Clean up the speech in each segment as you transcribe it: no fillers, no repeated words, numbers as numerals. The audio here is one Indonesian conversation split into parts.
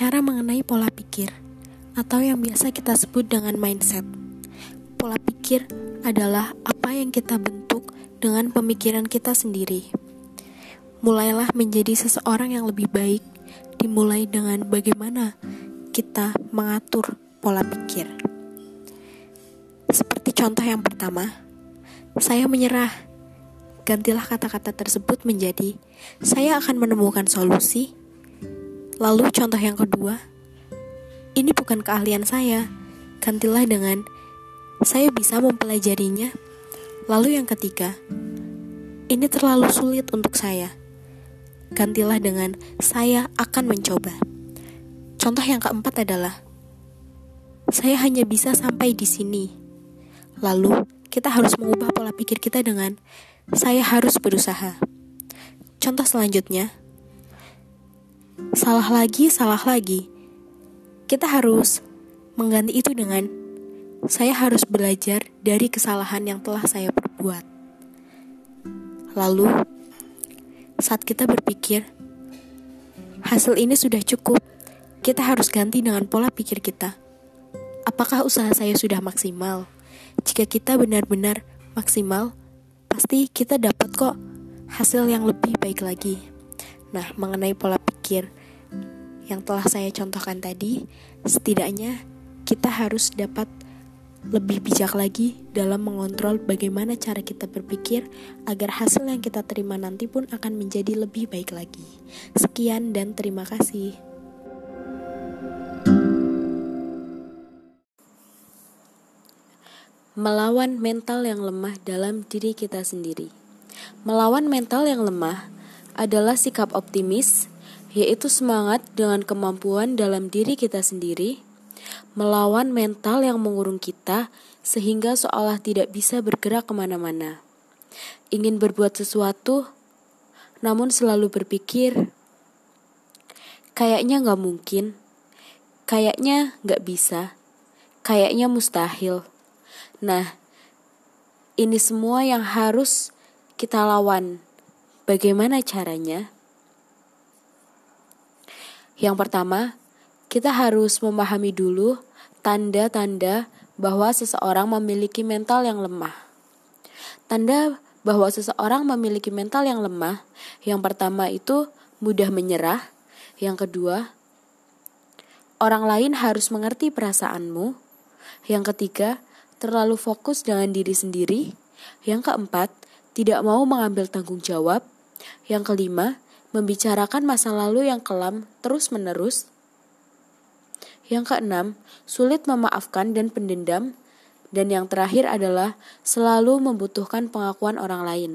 Berbicara mengenai pola pikir, atau yang biasa kita sebut dengan mindset. Pola pikir adalah apa yang kita bentuk dengan pemikiran kita sendiri. Mulailah menjadi seseorang yang lebih baik, dimulai dengan bagaimana kita mengatur pola pikir. Seperti contoh yang pertama, saya menyerah. Gantilah kata-kata tersebut menjadi, saya akan menemukan solusi. Lalu contoh yang kedua, ini bukan keahlian saya. Gantilah dengan, saya bisa mempelajarinya. Lalu yang ketiga, ini terlalu sulit untuk saya. Gantilah dengan, saya akan mencoba. Contoh yang keempat adalah, saya hanya bisa sampai di sini. Lalu kita harus mengubah pola pikir kita dengan, saya harus berusaha. Contoh selanjutnya, salah lagi. Kita harus mengganti itu dengan, saya harus belajar dari kesalahan yang telah saya perbuat. Lalu, saat kita berpikir, hasil ini sudah cukup, kita harus ganti dengan pola pikir kita. Apakah usaha saya sudah maksimal? Jika kita benar-benar maksimal, pasti kita dapat kok hasil yang lebih baik lagi. Nah, mengenai pola pikir yang telah saya contohkan tadi, setidaknya kita harus dapat lebih bijak lagi dalam mengontrol bagaimana cara kita berpikir agar hasil yang kita terima nanti pun akan menjadi lebih baik lagi. Sekian dan terima kasih. Melawan mental yang lemah dalam diri kita sendiri. Melawan mental yang lemah adalah sikap optimis, yaitu semangat dengan kemampuan dalam diri kita sendiri, melawan mental yang mengurung kita sehingga seolah tidak bisa bergerak kemana-mana. Ingin berbuat sesuatu, namun selalu berpikir, kayaknya gak mungkin, kayaknya gak bisa, kayaknya mustahil. Nah, ini semua yang harus kita lawan. Bagaimana caranya? Yang pertama, kita harus memahami dulu tanda-tanda bahwa seseorang memiliki mental yang lemah. Tanda bahwa seseorang memiliki mental yang lemah, yang pertama itu mudah menyerah. Yang kedua, orang lain harus mengerti perasaanmu. Yang ketiga, terlalu fokus dengan diri sendiri. Yang keempat, tidak mau mengambil tanggung jawab. Yang kelima, membicarakan masa lalu yang kelam terus-menerus. Yang keenam, sulit memaafkan dan pendendam. Dan yang terakhir adalah selalu membutuhkan pengakuan orang lain.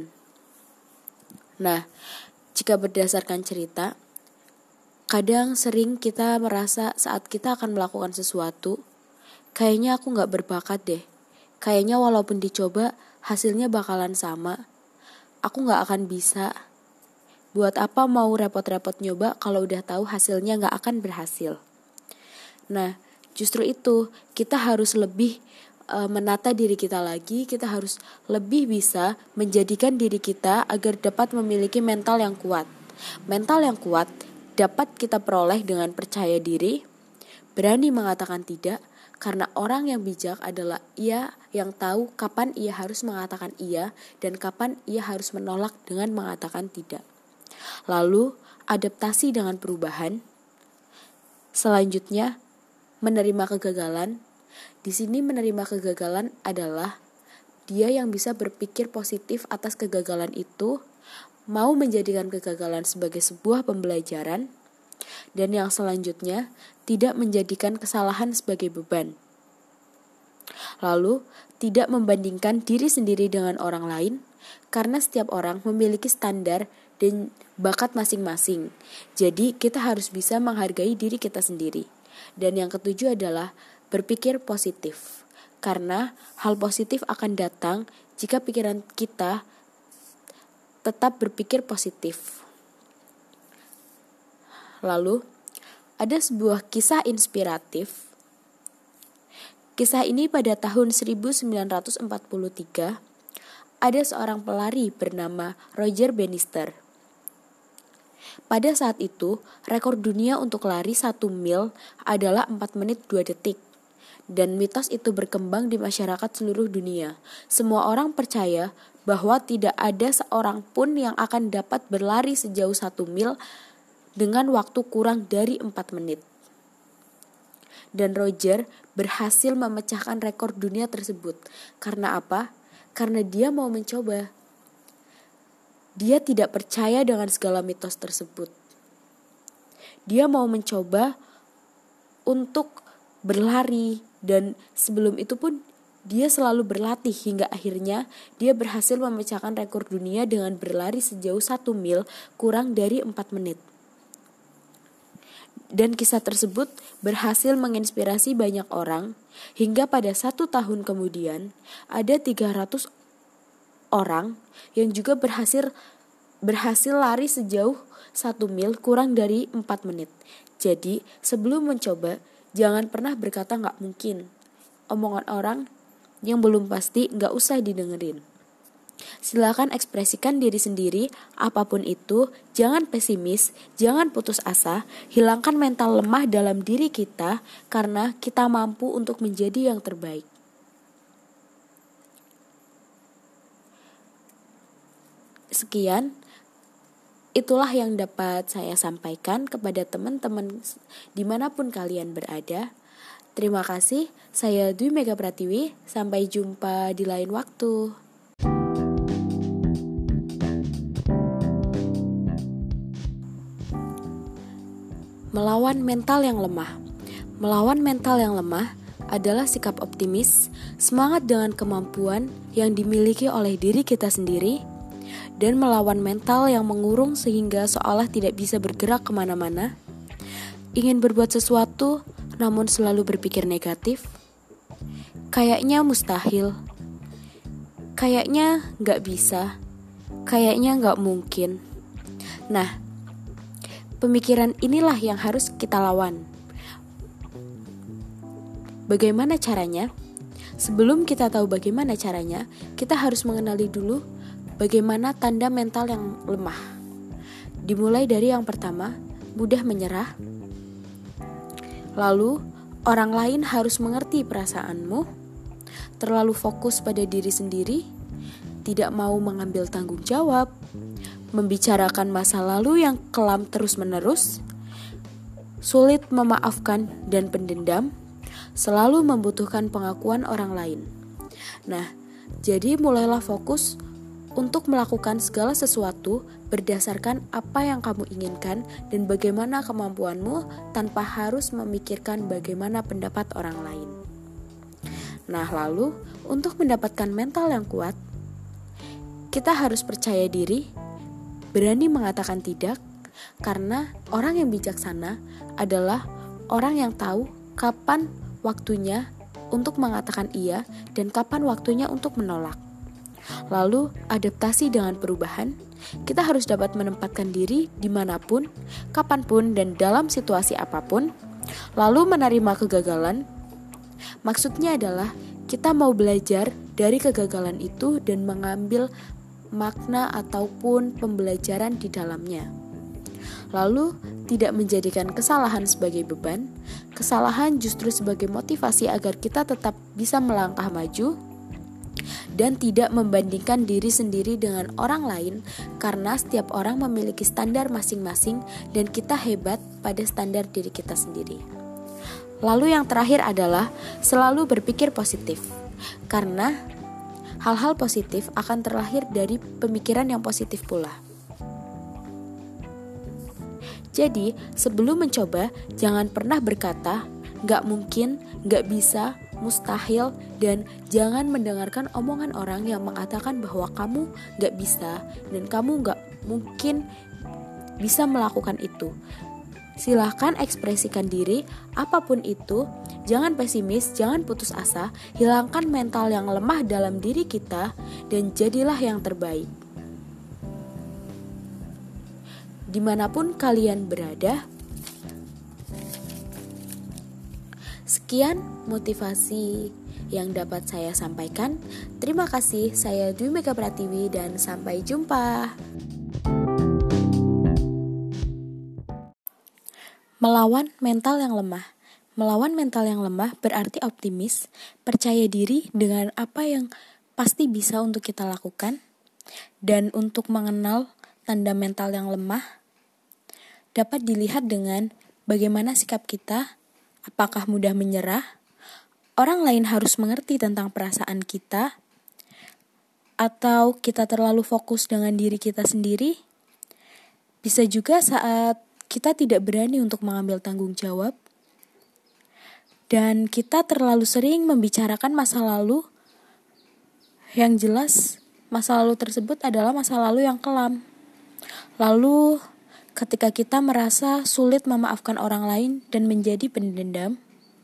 Nah, jika berdasarkan cerita, kadang sering kita merasa saat kita akan melakukan sesuatu, kayaknya aku gak berbakat deh. Kayaknya walaupun dicoba, hasilnya bakalan sama. Aku gak akan bisa. Buat apa mau repot-repot nyoba kalau udah tahu hasilnya gak akan berhasil. Nah, justru itu kita harus lebih menata diri kita lagi. Kita harus lebih bisa menjadikan diri kita agar dapat memiliki mental yang kuat. Mental yang kuat dapat kita peroleh dengan percaya diri, berani mengatakan tidak, karena orang yang bijak adalah ia yang tahu kapan ia harus mengatakan iya dan kapan ia harus menolak dengan mengatakan tidak. Lalu, adaptasi dengan perubahan. Selanjutnya, menerima kegagalan. Di sini menerima kegagalan adalah dia yang bisa berpikir positif atas kegagalan itu, mau menjadikan kegagalan sebagai sebuah pembelajaran, dan yang selanjutnya, tidak menjadikan kesalahan sebagai beban. Lalu, tidak membandingkan diri sendiri dengan orang lain, karena setiap orang memiliki standar dan bakat masing-masing. Jadi, kita harus bisa menghargai diri kita sendiri. Dan yang ketujuh adalah berpikir positif. Karena hal positif akan datang jika pikiran kita tetap berpikir positif. Lalu, ada sebuah kisah inspiratif. Kisah ini pada tahun 1943, ada seorang pelari bernama Roger Bannister. Pada saat itu, rekor dunia untuk lari 1 mil adalah 4 menit 2 detik. Dan mitos itu berkembang di masyarakat seluruh dunia. Semua orang percaya bahwa tidak ada seorang pun yang akan dapat berlari sejauh 1 mil dengan waktu kurang dari 4 menit. Dan Roger berhasil memecahkan rekor dunia tersebut. Karena apa? Karena dia mau mencoba. Dia tidak percaya dengan segala mitos tersebut. Dia mau mencoba untuk berlari, dan sebelum itu pun dia selalu berlatih hingga akhirnya dia berhasil memecahkan rekor dunia dengan berlari sejauh 1 mil kurang dari 4 menit. Dan kisah tersebut berhasil menginspirasi banyak orang hingga pada 1 tahun kemudian ada 300 orang yang juga berhasil lari sejauh 1 mil kurang dari 4 menit. Jadi sebelum mencoba, jangan pernah berkata gak mungkin. Omongan orang yang belum pasti gak usah didengerin. Silakan ekspresikan diri sendiri, apapun itu. Jangan pesimis, jangan putus asa. Hilangkan mental lemah dalam diri kita, karena kita mampu untuk menjadi yang terbaik. Sekian, itulah yang dapat saya sampaikan kepada teman-teman dimanapun kalian berada. Terima kasih, saya Dwi Mega Pratiwi. Sampai jumpa di lain waktu. Melawan mental yang lemah. Melawan mental yang lemah adalah sikap optimis, semangat dengan kemampuan yang dimiliki oleh diri kita sendiri, dan melawan mental yang mengurung sehingga seolah tidak bisa bergerak kemana-mana, ingin berbuat sesuatu namun selalu berpikir negatif, kayaknya mustahil, kayaknya gak bisa, kayaknya gak mungkin. Nah, pemikiran inilah yang harus kita lawan. Bagaimana caranya? Sebelum kita tahu bagaimana caranya, kita harus mengenali dulu bagaimana tanda mental yang lemah. Dimulai dari yang pertama, mudah menyerah. Lalu, orang lain harus mengerti perasaanmu. Terlalu fokus pada diri sendiri, tidak mau mengambil tanggung jawab, membicarakan masa lalu yang kelam terus-menerus, sulit memaafkan dan pendendam, selalu membutuhkan pengakuan orang lain. Nah, jadi mulailah fokus untuk melakukan segala sesuatu berdasarkan apa yang kamu inginkan dan bagaimana kemampuanmu tanpa harus memikirkan bagaimana pendapat orang lain. Nah, lalu untuk mendapatkan mental yang kuat, kita harus percaya diri, berani mengatakan tidak, karena orang yang bijaksana adalah orang yang tahu kapan waktunya untuk mengatakan iya dan kapan waktunya untuk menolak. Lalu, adaptasi dengan perubahan, kita harus dapat menempatkan diri dimanapun, kapanpun, dan dalam situasi apapun. Lalu menerima kegagalan, maksudnya adalah kita mau belajar dari kegagalan itu dan mengambil makna ataupun pembelajaran di dalamnya. Lalu, tidak menjadikan kesalahan sebagai beban, kesalahan justru sebagai motivasi agar kita tetap bisa melangkah maju, dan tidak membandingkan diri sendiri dengan orang lain, karena setiap orang memiliki standar masing-masing dan kita hebat pada standar diri kita sendiri. Lalu yang terakhir adalah selalu berpikir positif, karena hal-hal positif akan terlahir dari pemikiran yang positif pula. Jadi, sebelum mencoba, jangan pernah berkata, gak mungkin, gak bisa, mustahil, dan jangan mendengarkan omongan orang yang mengatakan bahwa kamu gak bisa dan kamu gak mungkin bisa melakukan itu. Silahkan ekspresikan diri, apapun itu. Jangan pesimis, jangan putus asa. Hilangkan mental yang lemah dalam diri kita dan jadilah yang terbaik. Dimanapun kalian berada. Sekian motivasi yang dapat saya sampaikan. Terima kasih, saya Dwi Mega Pratiwi dan sampai jumpa. Melawan mental yang lemah. Melawan mental yang lemah berarti optimis, percaya diri dengan apa yang pasti bisa untuk kita lakukan, dan untuk mengenal tanda mental yang lemah dapat dilihat dengan bagaimana sikap kita, apakah mudah menyerah, orang lain harus mengerti tentang perasaan kita, atau kita terlalu fokus dengan diri kita sendiri. Bisa juga saat kita tidak berani untuk mengambil tanggung jawab, dan kita terlalu sering membicarakan masa lalu. Yang jelas, masa lalu tersebut adalah masa lalu yang kelam. Lalu, ketika kita merasa sulit memaafkan orang lain dan menjadi pendendam,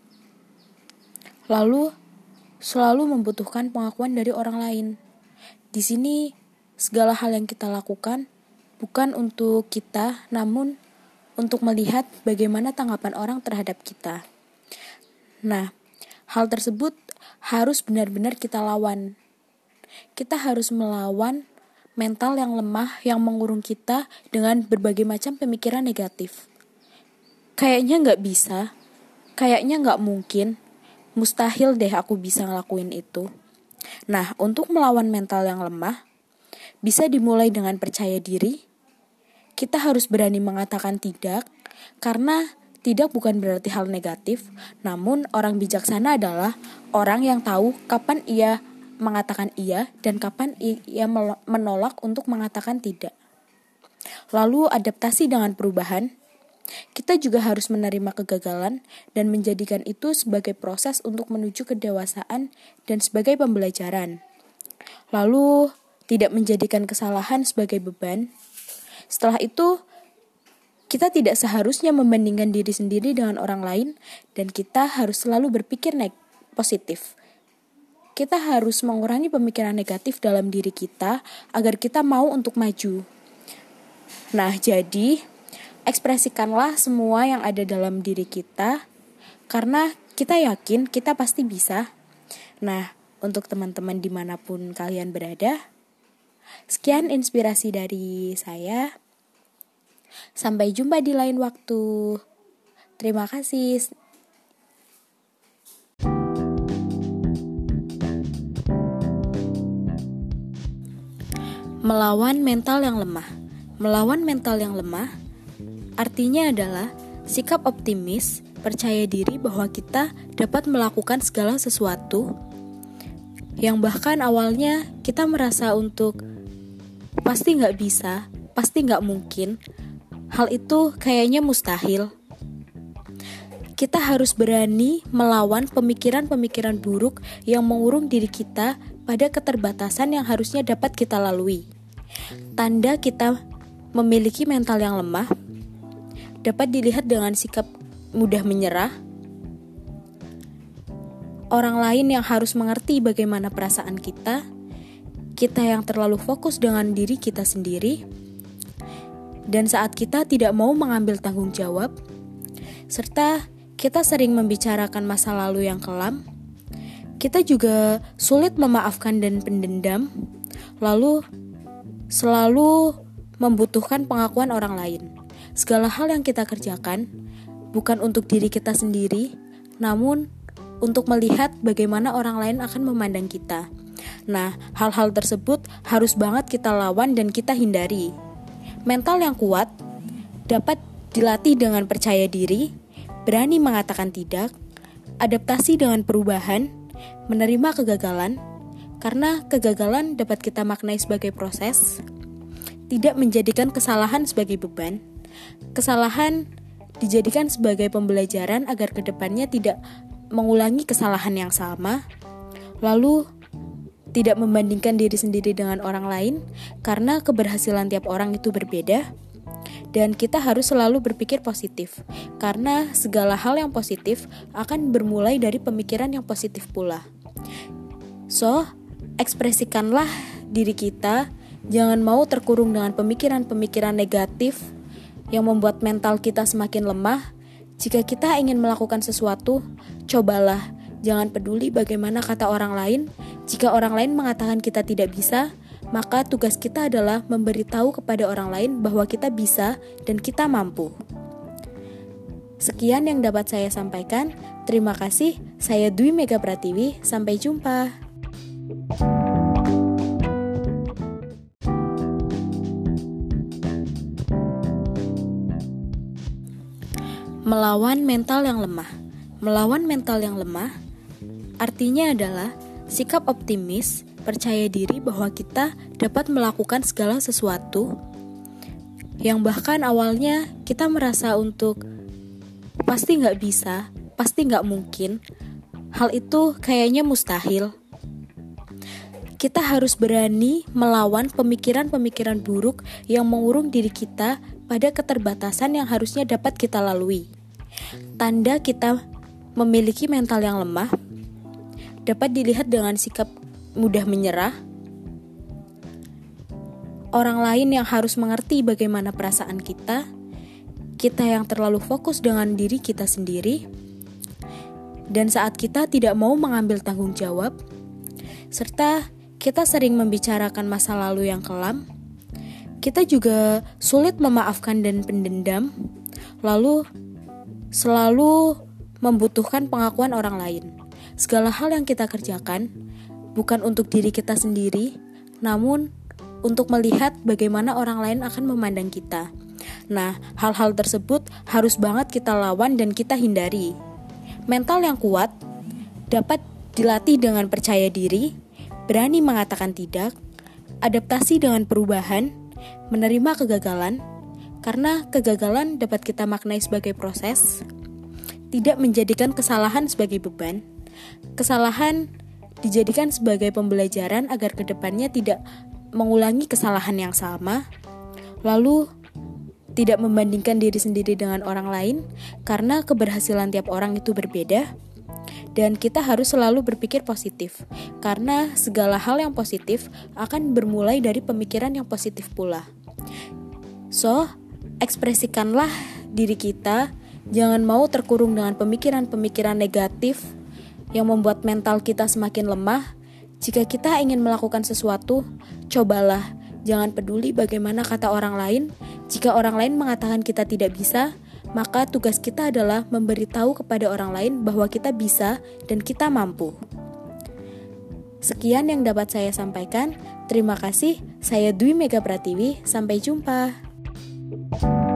lalu selalu membutuhkan pengakuan dari orang lain. Di sini, segala hal yang kita lakukan bukan untuk kita, namun untuk melihat bagaimana tanggapan orang terhadap kita. Nah, hal tersebut harus benar-benar kita lawan. Kita harus melawan mental yang lemah yang mengurung kita dengan berbagai macam pemikiran negatif. Kayaknya gak bisa, kayaknya gak mungkin, mustahil deh aku bisa ngelakuin itu. Nah, untuk melawan mental yang lemah, bisa dimulai dengan percaya diri. Kita harus berani mengatakan tidak, karena tidak bukan berarti hal negatif, namun orang bijaksana adalah orang yang tahu kapan ia mengatakan iya dan kapan ia menolak untuk mengatakan tidak. Lalu adaptasi dengan perubahan. Kita juga harus menerima kegagalan dan menjadikan itu sebagai proses untuk menuju kedewasaan dan sebagai pembelajaran. Lalu, tidak menjadikan kesalahan sebagai beban. Setelah itu, kita tidak seharusnya membandingkan diri sendiri dengan orang lain, dan kita harus selalu berpikir positif. Kita harus mengurangi pemikiran negatif dalam diri kita agar kita mau untuk maju. Nah, jadi ekspresikanlah semua yang ada dalam diri kita, karena kita yakin kita pasti bisa. Nah, untuk teman-teman dimanapun kalian berada, sekian inspirasi dari saya. Sampai jumpa di lain waktu. Terima kasih. Melawan mental yang lemah. Melawan mental yang lemah artinya adalah sikap optimis, percaya diri bahwa kita dapat melakukan segala sesuatu yang bahkan awalnya kita merasa untuk pasti gak bisa, pasti gak mungkin, hal itu kayaknya mustahil. Kita harus berani melawan pemikiran-pemikiran buruk yang mengurung diri kita pada keterbatasan yang harusnya dapat kita lalui. Tanda kita memiliki mental yang lemah dapat dilihat dengan sikap mudah menyerah, orang lain yang harus mengerti bagaimana perasaan kita yang terlalu fokus dengan diri kita sendiri, dan saat kita tidak mau mengambil tanggung jawab, serta kita sering membicarakan masa lalu yang kelam. Kita juga sulit memaafkan dan pendendam, lalu selalu membutuhkan pengakuan orang lain. Segala hal yang kita kerjakan bukan untuk diri kita sendiri, namun untuk melihat bagaimana orang lain akan memandang kita. Nah, hal-hal tersebut harus banget kita lawan dan kita hindari. Mental yang kuat dapat dilatih dengan percaya diri, berani mengatakan tidak, adaptasi dengan perubahan, menerima kegagalan, karena kegagalan dapat kita maknai sebagai proses, tidak menjadikan kesalahan sebagai beban. Kesalahan dijadikan sebagai pembelajaran agar kedepannya tidak mengulangi kesalahan yang sama. Lalu, tidak membandingkan diri sendiri dengan orang lain, karena keberhasilan tiap orang itu berbeda. Dan kita harus selalu berpikir positif, karena segala hal yang positif akan bermulai dari pemikiran yang positif pula. So, ekspresikanlah diri kita, jangan mau terkurung dengan pemikiran-pemikiran negatif yang membuat mental kita semakin lemah. Jika kita ingin melakukan sesuatu, cobalah. Jangan peduli bagaimana kata orang lain. Jika orang lain mengatakan kita tidak bisa, maka tugas kita adalah memberitahu kepada orang lain bahwa kita bisa dan kita mampu. Sekian yang dapat saya sampaikan. Terima kasih. Saya Dwi Mega Pratiwi. Sampai jumpa. Melawan mental yang lemah. Melawan mental yang lemah artinya adalah sikap optimis, percaya diri bahwa kita dapat melakukan segala sesuatu yang bahkan awalnya kita merasa untuk pasti nggak bisa, pasti nggak mungkin. Hal itu kayaknya mustahil. Kita harus berani melawan pemikiran-pemikiran buruk yang mengurung diri kita pada keterbatasan yang harusnya dapat kita lalui. Tanda kita memiliki mental yang lemah dapat dilihat dengan sikap mudah menyerah, orang lain yang harus mengerti bagaimana perasaan kita yang terlalu fokus dengan diri kita sendiri, dan saat kita tidak mau mengambil tanggung jawab, serta kita sering membicarakan masa lalu yang kelam. Kita juga sulit memaafkan dan pendendam, lalu selalu membutuhkan pengakuan orang lain. Segala hal yang kita kerjakan bukan untuk diri kita sendiri, namun untuk melihat bagaimana orang lain akan memandang kita. Nah, hal-hal tersebut harus banget kita lawan dan kita hindari. Mental yang kuat dapat dilatih dengan percaya diri, berani mengatakan tidak, adaptasi dengan perubahan, menerima kegagalan, karena kegagalan dapat kita maknai sebagai proses, tidak menjadikan kesalahan sebagai beban. Kesalahan dijadikan sebagai pembelajaran agar kedepannya tidak mengulangi kesalahan yang sama, lalu tidak membandingkan diri sendiri dengan orang lain, karena keberhasilan tiap orang itu berbeda, dan kita harus selalu berpikir positif, karena segala hal yang positif akan bermulai dari pemikiran yang positif pula. So, ekspresikanlah diri kita, jangan mau terkurung dengan pemikiran-pemikiran negatif yang membuat mental kita semakin lemah. Jika kita ingin melakukan sesuatu, cobalah, jangan peduli bagaimana kata orang lain. Jika orang lain mengatakan kita tidak bisa, maka tugas kita adalah memberitahu kepada orang lain bahwa kita bisa dan kita mampu. Sekian yang dapat saya sampaikan. Terima kasih. Saya Dwi Mega Pratiwi. Sampai jumpa.